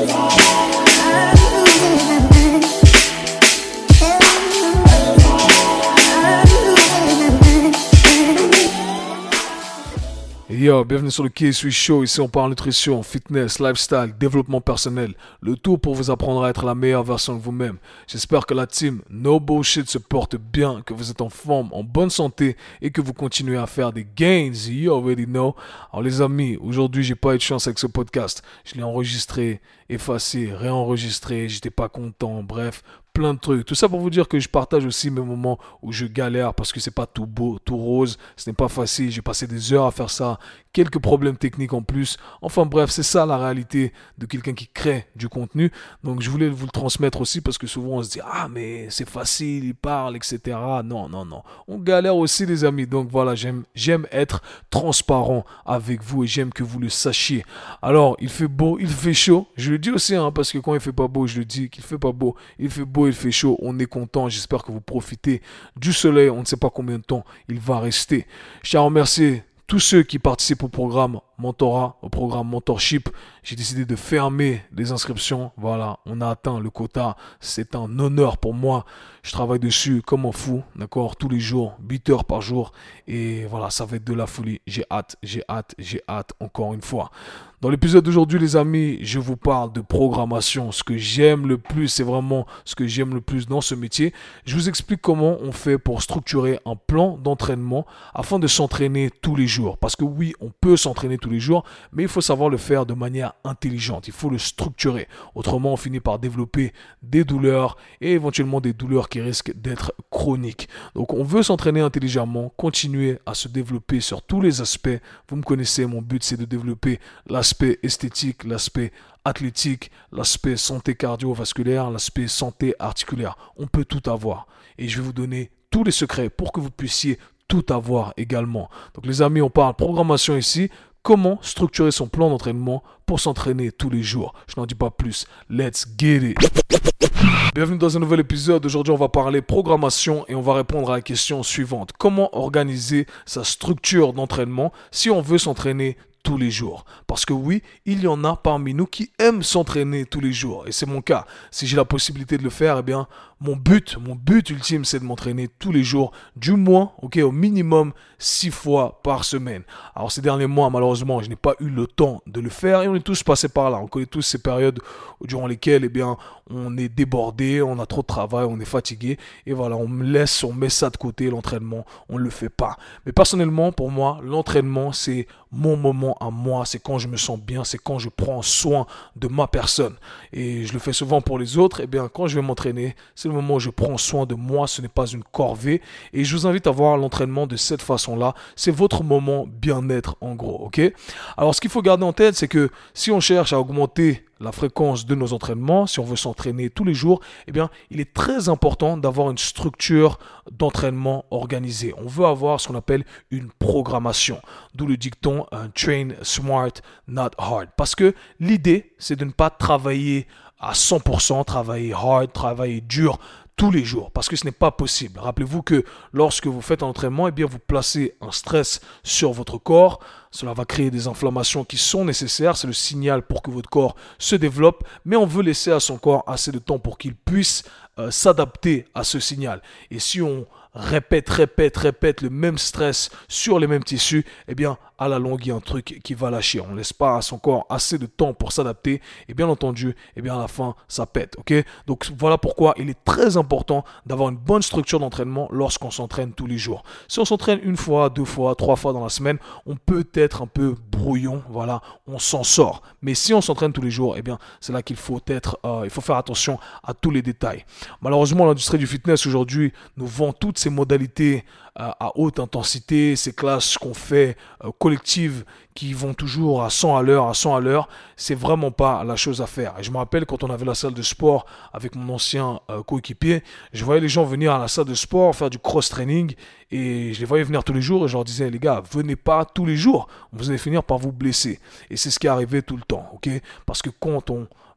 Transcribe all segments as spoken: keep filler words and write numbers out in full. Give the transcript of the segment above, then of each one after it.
Yo, bienvenue sur le K-Swiss Show. Ici on parle nutrition, fitness, lifestyle, développement personnel. Le tout pour vous apprendre à être la meilleure version de vous-même. J'espère que la team No Bullshit se porte bien, que vous êtes en forme, en bonne santé et que vous continuez à faire des gains. You already know. Alors les amis, aujourd'hui j'ai pas eu de chance avec ce podcast. Je l'ai enregistré, effacé, réenregistré, j'étais pas content, bref. Plein de trucs. Tout ça pour vous dire que je partage aussi mes moments où je galère parce que c'est pas tout beau, tout rose. Ce n'est pas facile. J'ai passé des heures à faire ça. Quelques problèmes techniques en plus. Enfin bref, c'est ça la réalité de quelqu'un qui crée du contenu. Donc je voulais vous le transmettre aussi parce que souvent on se dit « Ah mais c'est facile, il parle, et cetera » Non, non, non. On galère aussi les amis. Donc voilà, j'aime, j'aime être transparent avec vous et j'aime que vous le sachiez. Alors, il fait beau, il fait chaud. Je le dis aussi hein, parce que quand il fait pas beau, je le dis qu'il fait pas beau. Il fait beau, il fait chaud. On est content. J'espère que vous profitez du soleil. On ne sait pas combien de temps il va rester. Je tiens à remercier tous ceux qui participent au programme Mentorat, au programme Mentorship. J'ai décidé de fermer les inscriptions. Voilà, on a atteint le quota. C'est un honneur pour moi. Je travaille dessus comme un fou, d'accord, tous les jours, huit heures par jour. Et voilà, ça va être de la folie. J'ai hâte, j'ai hâte, j'ai hâte, encore une fois. Dans l'épisode d'aujourd'hui, les amis, je vous parle de programmation. Ce que j'aime le plus, c'est vraiment ce que j'aime le plus dans ce métier. Je vous explique comment on fait pour structurer un plan d'entraînement afin de s'entraîner tous les jours. Parce que oui, on peut s'entraîner tous les jours, mais il faut savoir le faire de manière intelligente. Il faut le structurer. Autrement, on finit par développer des douleurs et éventuellement des douleurs qui risquent d'être chroniques. Donc, on veut s'entraîner intelligemment, continuer à se développer sur tous les aspects. Vous me connaissez, mon but, c'est de développer l'aspect esthétique, l'aspect athlétique, l'aspect santé cardiovasculaire, l'aspect santé articulaire. On peut tout avoir. Et je vais vous donner tous les secrets pour que vous puissiez tout avoir également. Donc les amis, on parle programmation ici. Comment structurer son plan d'entraînement pour s'entraîner tous les jours. Je n'en dis pas plus. Let's get it. Bienvenue dans un nouvel épisode. Aujourd'hui, on va parler programmation et on va répondre à la question suivante. Comment organiser sa structure d'entraînement si on veut s'entraîner tous les jours? Parce que oui, il y en a parmi nous qui aiment s'entraîner tous les jours. Et c'est mon cas. Si j'ai la possibilité de le faire, eh bien, mon but, mon but ultime, c'est de m'entraîner tous les jours, du moins, ok, au minimum six fois par semaine. Alors ces derniers mois, malheureusement, je n'ai pas eu le temps de le faire et on est tous passés par là. On connaît tous ces périodes durant lesquelles, eh bien, on est débordé, on a trop de travail, on est fatigué et voilà, on me laisse, on met ça de côté, l'entraînement, on ne le fait pas. Mais personnellement, pour moi, l'entraînement, c'est mon moment à moi, c'est quand je me sens bien, c'est quand je prends soin de ma personne. Et je le fais souvent pour les autres, eh bien, quand je vais m'entraîner, c'est le moment où je prends soin de moi, ce n'est pas une corvée. Et je vous invite à voir l'entraînement de cette façon-là. C'est votre moment bien-être en gros, ok? Alors, ce qu'il faut garder en tête, c'est que si on cherche à augmenter la fréquence de nos entraînements, si on veut s'entraîner tous les jours, eh bien, il est très important d'avoir une structure d'entraînement organisée. On veut avoir ce qu'on appelle une programmation. D'où le dicton uh, « train smart, not hard ». Parce que l'idée, c'est de ne pas travailler à cent pour cent, travailler hard, travailler dur tous les jours, parce que ce n'est pas possible. Rappelez-vous que lorsque vous faites un entraînement, eh bien, vous placez un stress sur votre corps. Cela va créer des inflammations qui sont nécessaires. C'est le signal pour que votre corps se développe, mais on veut laisser à son corps assez de temps pour qu'il puisse euh, s'adapter à ce signal. Et si on répète, répète, répète le même stress sur les mêmes tissus, eh bien, à la longue, il y a un truc qui va lâcher. On ne laisse pas à son corps assez de temps pour s'adapter. Et bien entendu, eh bien, à la fin, ça pète. Ok? Donc, voilà pourquoi il est très important d'avoir une bonne structure d'entraînement lorsqu'on s'entraîne tous les jours. Si on s'entraîne une fois, deux fois, trois fois dans la semaine, on peut être un peu brouillon. Voilà, on s'en sort. Mais si on s'entraîne tous les jours, eh bien, c'est là qu'il faut être, euh, il faut faire attention à tous les détails. Malheureusement, l'industrie du fitness aujourd'hui nous vend toutes ces modalités euh, à haute intensité, ces classes qu'on fait euh, collectives qui vont toujours à cent à l'heure, à cent à l'heure. C'est vraiment pas la chose à faire. Et je me rappelle quand on avait la salle de sport avec mon ancien euh, coéquipier, je voyais les gens venir à la salle de sport faire du cross-training et je les voyais venir tous les jours et je leur disais, les gars, venez pas tous les jours, vous allez finir par vous blesser. Et c'est ce qui est arrivé tout le temps, ok? Parce que quand on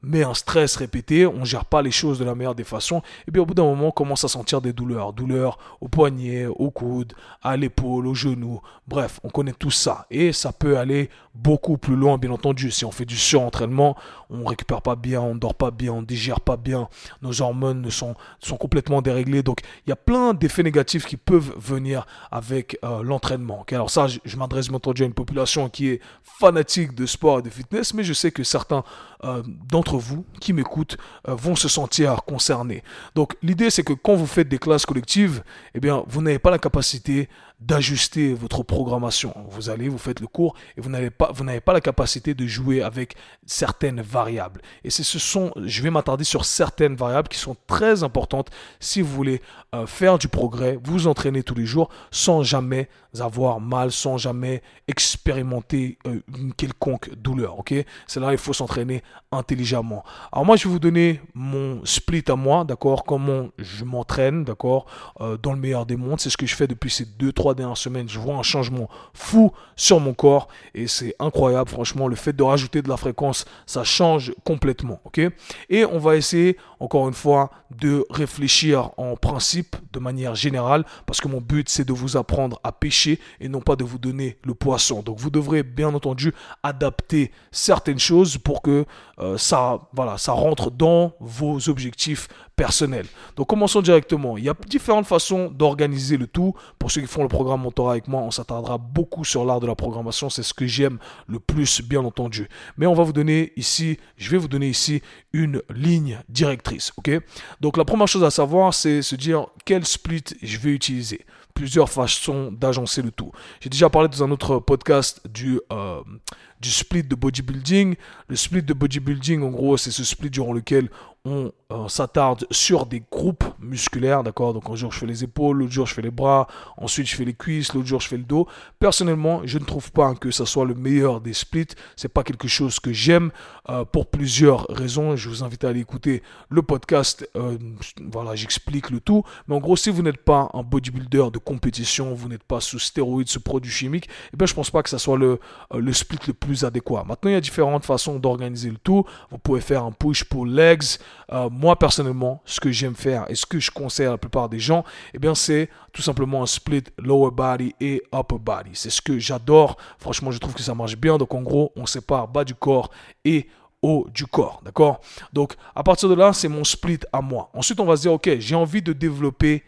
met un stress répété, on ne gère pas les choses de la meilleure des façons, et bien au bout d'un moment, on commence à sentir des douleurs. Douleurs au poignet, au coude, à l'épaule, au genou. Bref, on connaît tout ça. Et ça peut aller beaucoup plus loin, bien entendu. Si on fait du surentraînement, on ne récupère pas bien, on ne dort pas bien, on ne digère pas bien, nos hormones sont, sont complètement déréglées. Donc, il y a plein d'effets négatifs qui peuvent venir avec euh, l'entraînement. Okay, alors ça, je, je m'adresse bien entendu à une population qui est fanatique de sport et de fitness, mais je sais que certains euh, d'entre vous qui m'écoutent euh, vont se sentir concernés. Donc, l'idée, c'est que quand vous faites des classes collectives, eh bien, vous n'avez pas la capacité d'ajuster votre programmation. Vous allez, vous faites le cours et vous n'avez pas, vous n'avez pas la capacité de jouer avec certaines variables. Et c'est ce sont, je vais m'attarder sur certaines variables qui sont très importantes si vous voulez euh, faire du progrès, vous entraîner tous les jours sans jamais avoir mal, sans jamais expérimenter euh, une quelconque douleur. Ok, c'est là il faut s'entraîner intelligemment. Alors moi, je vais vous donner mon split à moi, d'accord, comment je m'entraîne, d'accord, euh, dans le meilleur des mondes. C'est ce que je fais depuis ces deux, trois dernières semaines. Je vois un changement fou sur mon corps et c'est incroyable. Franchement, le fait de rajouter de la fréquence, ça change complètement, ok. Et on va essayer, encore une fois, de réfléchir en principe de manière générale parce que mon but, c'est de vous apprendre à pêcher et non pas de vous donner le poisson. Donc, vous devrez bien entendu adapter certaines choses pour que euh, ça, voilà, ça rentre dans vos objectifs personnels. Donc, commençons directement. Il y a différentes façons d'organiser le tout. Pour ceux qui font le programme Mentorat avec moi, on s'attardera beaucoup sur l'art de la programmation. C'est ce que j'aime le plus, bien entendu. Mais on va vous donner ici, je vais vous donner ici une ligne directrice. Ok? Donc, la première chose à savoir, c'est se dire quel split je vais utiliser. Plusieurs façons d'agencer le tout. J'ai déjà parlé dans un autre podcast du, euh, du split de bodybuilding. Le split de bodybuilding, en gros, c'est ce split durant lequel on euh, s'attarde sur des groupes musculaires, d'accord. Donc un jour je fais les épaules, l'autre jour je fais les bras, ensuite je fais les cuisses, l'autre jour je fais le dos. Personnellement, je ne trouve pas que ça soit le meilleur des splits. C'est pas quelque chose que j'aime euh, pour plusieurs raisons. Je vous invite à aller écouter le podcast. Euh, voilà, j'explique le tout. Mais en gros, si vous n'êtes pas un bodybuilder de compétition, vous n'êtes pas sous stéroïdes, sous produits chimiques, eh bien je pense pas que ça soit le euh, le split le plus adéquat. Maintenant, il y a différentes façons d'organiser le tout. Vous pouvez faire un push-pull legs. Euh, moi personnellement, ce que j'aime faire et ce que je conseille à la plupart des gens, eh bien c'est tout simplement un split lower body et upper body. C'est ce que j'adore. Franchement, je trouve que ça marche bien. Donc en gros, on sépare bas du corps et haut du corps, d'accord? Donc à partir de là, c'est mon split à moi. Ensuite, on va se dire, ok, j'ai envie de développer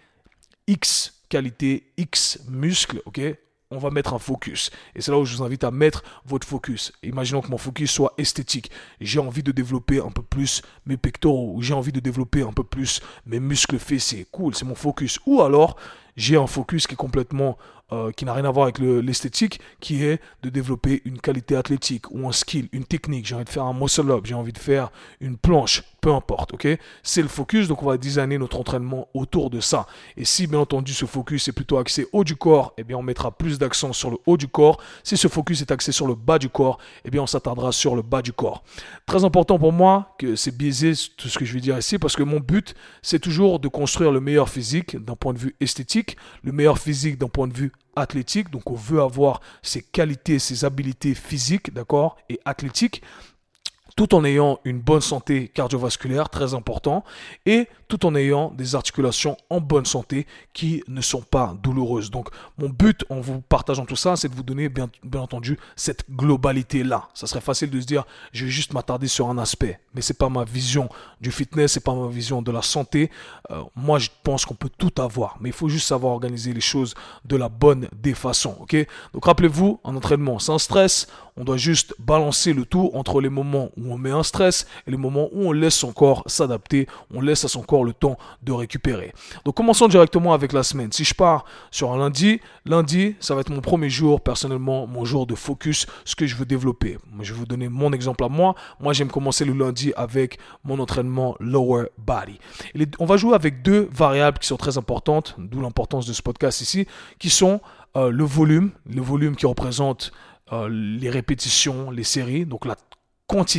X qualité, X muscle, ok? On va mettre un focus. Et c'est là où je vous invite à mettre votre focus. Imaginons que mon focus soit esthétique. J'ai envie de développer un peu plus mes pectoraux ou j'ai envie de développer un peu plus mes muscles fessiers. Cool, c'est mon focus. Ou alors, j'ai un focus qui est complètement, euh, qui n'a rien à voir avec le, l'esthétique, qui est de développer une qualité athlétique ou un skill, une technique. J'ai envie de faire un muscle up, j'ai envie de faire une planche, peu importe, ok? C'est le focus, donc on va designer notre entraînement autour de ça. Et si, bien entendu, ce focus est plutôt axé haut du corps, eh bien, on mettra plus d'accent sur le haut du corps. Si ce focus est axé sur le bas du corps, eh bien, on s'attardera sur le bas du corps. Très important pour moi, que c'est biaisé tout ce que je vais dire ici, parce que mon but, c'est toujours de construire le meilleur physique d'un point de vue esthétique, le meilleur physique d'un point de vue athlétique. Donc, on veut avoir ses qualités, ses habiletés physiques, d'accord, et athlétiques, tout en ayant une bonne santé cardiovasculaire, très important, et tout en ayant des articulations en bonne santé qui ne sont pas douloureuses. Donc, mon but en vous partageant tout ça, c'est de vous donner, bien, bien entendu, cette globalité-là. Ça serait facile de se dire, je vais juste m'attarder sur un aspect, mais c'est pas ma vision du fitness, c'est pas ma vision de la santé. Euh, moi, je pense qu'on peut tout avoir, mais il faut juste savoir organiser les choses de la bonne des façons, ok? Donc, rappelez-vous, en entraînement, sans stress, on doit juste balancer le tout entre les moments où on met un stress et les moments où on laisse son corps s'adapter, on laisse à son corps le temps de récupérer. Donc commençons directement avec la semaine. Si je pars sur un lundi, lundi, ça va être mon premier jour, personnellement, mon jour de focus, ce que je veux développer. Je vais vous donner mon exemple à moi. Moi, j'aime commencer le lundi avec mon entraînement lower body. Et on va jouer avec deux variables qui sont très importantes, d'où l'importance de ce podcast ici, qui sont euh, le volume, le volume qui représente Euh, les répétitions, les séries, donc la quantité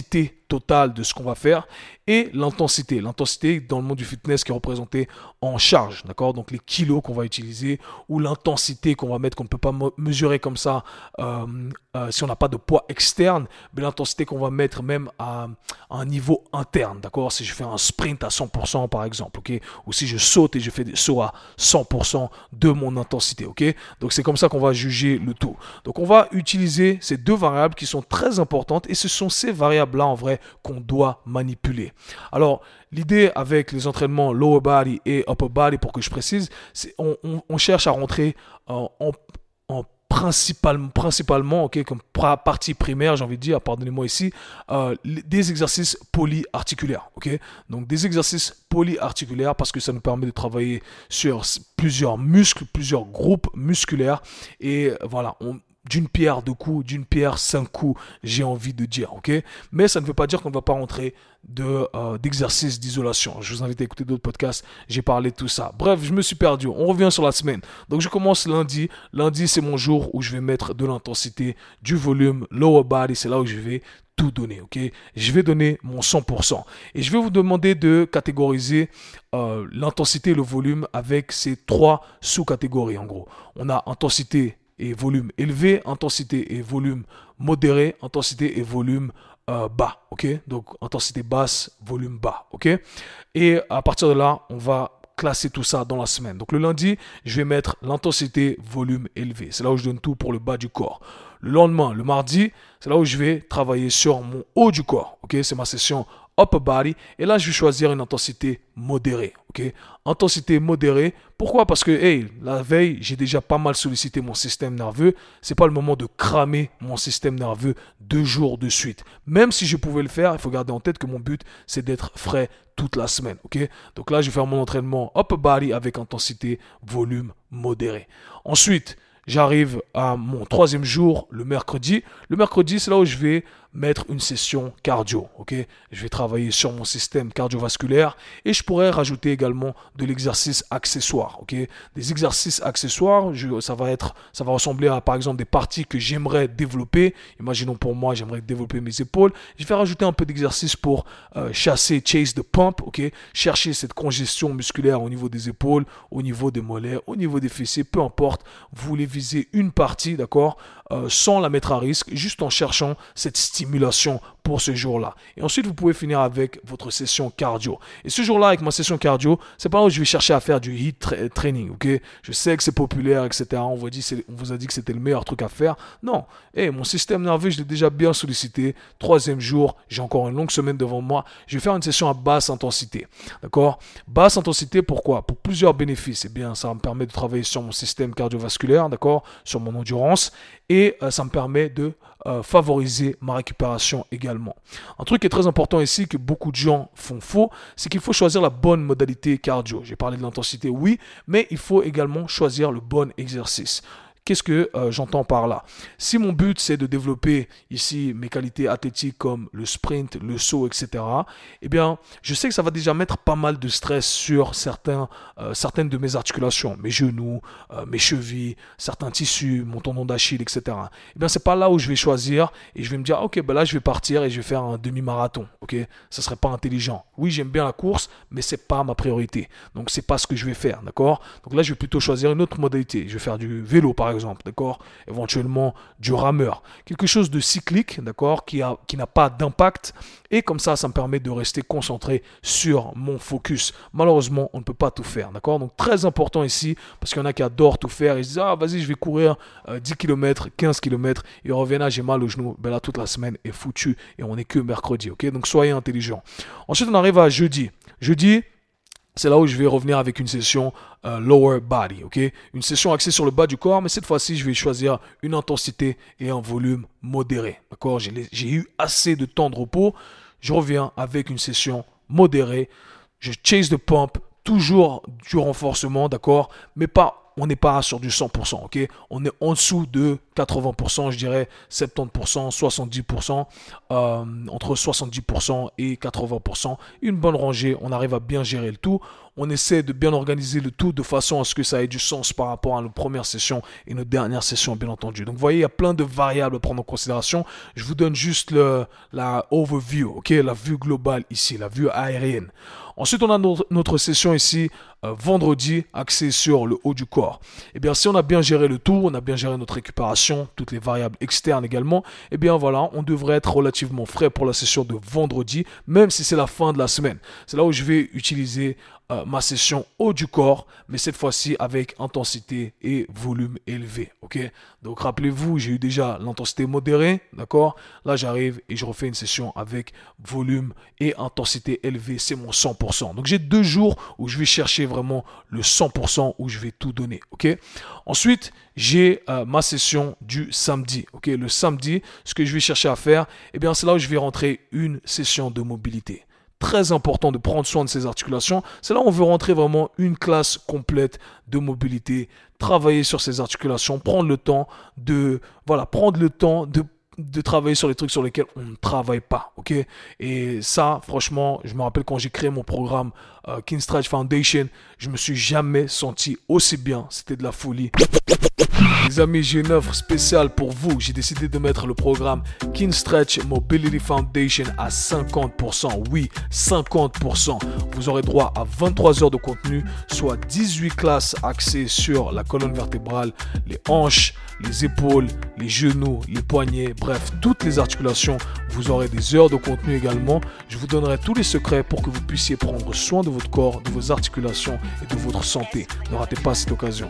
totale de ce qu'on va faire, et l'intensité. L'intensité dans le monde du fitness qui est représentée en charge, d'accord? Donc les kilos qu'on va utiliser ou l'intensité qu'on va mettre, qu'on ne peut pas mesurer comme ça euh, euh, si on n'a pas de poids externe, mais l'intensité qu'on va mettre même à, à un niveau interne, d'accord? Si je fais un sprint à cent pour cent par exemple, ok? Ou si je saute et je fais des sauts à cent pour cent de mon intensité, ok? Donc c'est comme ça qu'on va juger le tout. Donc on va utiliser ces deux variables qui sont très importantes et ce sont ces variables-là en vrai qu'on doit manipuler. Alors, l'idée avec les entraînements lower body et upper body, pour que je précise, c'est on, on, on cherche à rentrer en, en, en principalement, principalement okay, comme partie primaire, j'ai envie de dire, pardonnez-moi ici, euh, des exercices polyarticulaires. Okay? Donc, des exercices polyarticulaires parce que ça nous permet de travailler sur plusieurs muscles, plusieurs groupes musculaires. Et voilà, on d'une pierre deux coups, d'une pierre cinq coups, j'ai envie de dire, ok? Mais ça ne veut pas dire qu'on ne va pas rentrer de, euh, d'exercices d'isolation. Je vous invite à écouter d'autres podcasts, j'ai parlé de tout ça. Bref, je me suis perdu, on revient sur la semaine. Donc je commence lundi. Lundi, c'est mon jour où je vais mettre de l'intensité, du volume, lower body, c'est là où je vais tout donner, ok? Je vais donner mon cent pour cent. Et je vais vous demander de catégoriser euh, l'intensité et le volume avec ces trois sous-catégories, en gros. On a intensité et volume élevé, intensité et volume modéré, intensité et volume euh, bas, ok? Donc intensité basse, volume bas, ok? Et à partir de là, on va classer tout ça dans la semaine. Donc le lundi, je vais mettre l'intensité, volume élevé. C'est là où je donne tout pour le bas du corps. Le lendemain, le mardi, c'est là où je vais travailler sur mon haut du corps, ok? C'est ma session upper body. Et là, je vais choisir une intensité modérée, ok? Intensité modérée. Pourquoi? Parce que, hey, la veille, j'ai déjà pas mal sollicité mon système nerveux. C'est pas le moment de cramer mon système nerveux deux jours de suite. Même si je pouvais le faire, il faut garder en tête que mon but, c'est d'être frais toute la semaine, ok? Donc là, je vais faire mon entraînement upper body avec intensité, volume modéré. Ensuite, j'arrive à mon troisième jour, le mercredi. Le mercredi, c'est là où je vais mettre une session cardio, ok? Je vais travailler sur mon système cardiovasculaire et je pourrais rajouter également de l'exercice accessoire, ok? Des exercices accessoires, je, ça va être, ça va ressembler à, par exemple, des parties que j'aimerais développer. Imaginons pour moi, j'aimerais développer mes épaules. Je vais rajouter un peu d'exercice pour euh, chasser, chase the pump, ok? Chercher cette congestion musculaire au niveau des épaules, au niveau des mollets, au niveau des fessiers, peu importe. Vous voulez viser une partie, d'accord? Euh, sans la mettre à risque, juste en cherchant cette stimulation pour ce jour-là. Et ensuite, vous pouvez finir avec votre session cardio. Et ce jour-là, avec ma session cardio, c'est pas là où je vais chercher à faire du heat tra- training, ok? Je sais que c'est populaire, et cetera. On vous, dit, c'est, on vous a dit que c'était le meilleur truc à faire. Non. Hey, mon système nerveux, je l'ai déjà bien sollicité. Troisième jour, j'ai encore une longue semaine devant moi. Je vais faire une session à basse intensité, d'accord? Basse intensité, pourquoi? Pour plusieurs bénéfices. Eh bien, ça me permet de travailler sur mon système cardiovasculaire, d'accord? Sur mon endurance. Et euh, ça me permet de euh, favoriser ma récupération également. Un truc qui est très important ici, que beaucoup de gens font faux, c'est qu'il faut choisir la bonne modalité cardio. J'ai parlé de l'intensité, oui, mais il faut également choisir le bon exercice. Qu'est-ce que euh, j'entends par là? Si mon but, c'est de développer ici mes qualités athlétiques comme le sprint, le saut, et cetera, eh bien, je sais que ça va déjà mettre pas mal de stress sur certains, euh, certaines de mes articulations, mes genoux, euh, mes chevilles, certains tissus, mon tendon d'Achille, et cetera. Eh bien, c'est pas là où je vais choisir et je vais me dire, ok, ben là, je vais partir et je vais faire un demi-marathon, ok? Ça serait pas intelligent. Oui, j'aime bien la course, mais c'est pas ma priorité. Donc, c'est pas ce que je vais faire, d'accord? Donc là, je vais plutôt choisir une autre modalité. Je vais faire du vélo, par exemple. exemple, d'accord, éventuellement du rameur, quelque chose de cyclique, d'accord, qui a, qui n'a pas d'impact, et comme ça, ça me permet de rester concentré sur mon focus. Malheureusement, on ne peut pas tout faire, d'accord, donc très important ici, parce qu'il y en a qui adorent tout faire, ils se disent, ah, vas-y, je vais courir euh, dix kilomètres, quinze kilomètres, et ils reviennent, là, j'ai mal au genou, ben là, toute la semaine est foutue, et on n'est que mercredi, ok, donc soyez intelligents. Ensuite, on arrive à jeudi. Jeudi, c'est là où je vais revenir avec une session euh, lower body, ok? Une session axée sur le bas du corps, mais cette fois-ci, je vais choisir une intensité et un volume modéré, d'accord? J'ai, j'ai eu assez de temps de repos. Je reviens avec une session modérée. Je chase the pump, toujours du renforcement, d'accord? Mais pas, on n'est pas sur du cent pour cent, ok? On est en dessous de quatre-vingts pour cent, je dirais soixante-dix pour cent, soixante-dix pour cent, euh, entre soixante-dix pour cent et quatre-vingts pour cent. Une bonne rangée, on arrive à bien gérer le tout. On essaie de bien organiser le tout de façon à ce que ça ait du sens par rapport à nos premières sessions et nos dernières sessions, bien entendu. Donc, vous voyez, il y a plein de variables à prendre en considération. Je vous donne juste le, la overview, ok, la vue globale ici, la vue aérienne. Ensuite, on a notre, notre session ici, euh, vendredi, axée sur le haut du corps. Eh bien, si on a bien géré le tout, on a bien géré notre récupération, toutes les variables externes également, eh bien voilà, on devrait être relativement frais pour la session de vendredi, même si c'est la fin de la semaine. C'est là où je vais utiliser euh, ma session haut du corps, mais cette fois-ci avec intensité et volume élevé, ok? Donc, rappelez-vous, j'ai eu déjà l'intensité modérée, d'accord? Là, j'arrive et je refais une session avec volume et intensité élevée, c'est mon cent pour cent. Donc, j'ai deux jours où je vais chercher vraiment le cent pour cent, où je vais tout donner, ok? Ensuite, j'ai euh, ma session du samedi, ok? Le samedi, ce que je vais chercher à faire, eh bien, c'est là où je vais rentrer une session de mobilité. Très important de prendre soin de ses articulations. C'est là où on veut rentrer vraiment une classe complète de mobilité, travailler sur ses articulations, prendre le temps de, voilà, prendre le temps de de travailler sur les trucs sur lesquels on ne travaille pas, ok? Et ça, franchement, je me rappelle quand j'ai créé mon programme euh, Kinstretch Foundation, je me suis jamais senti aussi bien. C'était de la folie. Les amis, j'ai une offre spéciale pour vous. J'ai décidé de mettre le programme Kinstretch Mobility Foundation à cinquante pour cent. Oui, cinquante pour cent. Vous aurez droit à vingt-trois heures de contenu, soit dix-huit classes axées sur la colonne vertébrale, les hanches, les épaules, les genoux, les poignets, bref, toutes les articulations. Vous aurez des heures de contenu également. Je vous donnerai tous les secrets pour que vous puissiez prendre soin de votre corps, de vos articulations et de votre santé. Ne ratez pas cette occasion.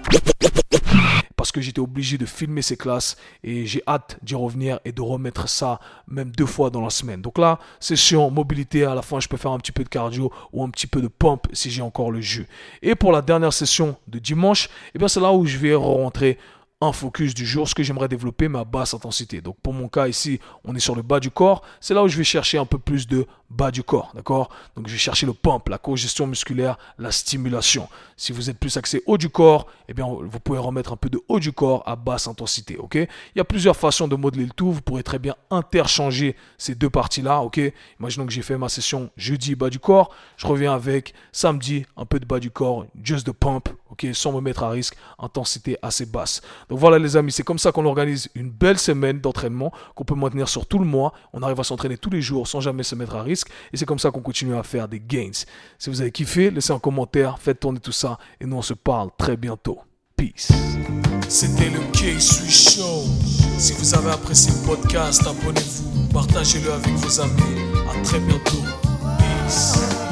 Parce que j'étais obligé de filmer ces classes et j'ai hâte d'y revenir et de remettre ça même deux fois dans la semaine. Donc là, session mobilité, à la fin je peux faire un petit peu de cardio ou un petit peu de pompe si j'ai encore le jus. Et pour la dernière session de dimanche, eh bien c'est là où je vais rentrer un focus du jour, ce que j'aimerais développer, mais à basse intensité. Donc pour mon cas ici, on est sur le bas du corps. C'est là où je vais chercher un peu plus de bas du corps, d'accord? Donc je vais chercher le pump, la congestion musculaire, la stimulation. Si vous êtes plus axé haut du corps, eh bien vous pouvez remettre un peu de haut du corps à basse intensité, ok? Il y a plusieurs façons de modeler le tout. Vous pourrez très bien interchanger ces deux parties-là, ok? Imaginons que j'ai fait ma session jeudi bas du corps, je reviens avec samedi un peu de bas du corps, just the pump, ok? Sans me mettre à risque, intensité assez basse. Donc voilà les amis, c'est comme ça qu'on organise une belle semaine d'entraînement qu'on peut maintenir sur tout le mois. On arrive à s'entraîner tous les jours sans jamais se mettre à risque et c'est comme ça qu'on continue à faire des gains. Si vous avez kiffé, laissez un commentaire, faites tourner tout ça et nous on se parle très bientôt. Peace. C'était le K-Swiss Show. Si vous avez apprécié le podcast, abonnez-vous, partagez-le avec vos amis. À très bientôt. Peace.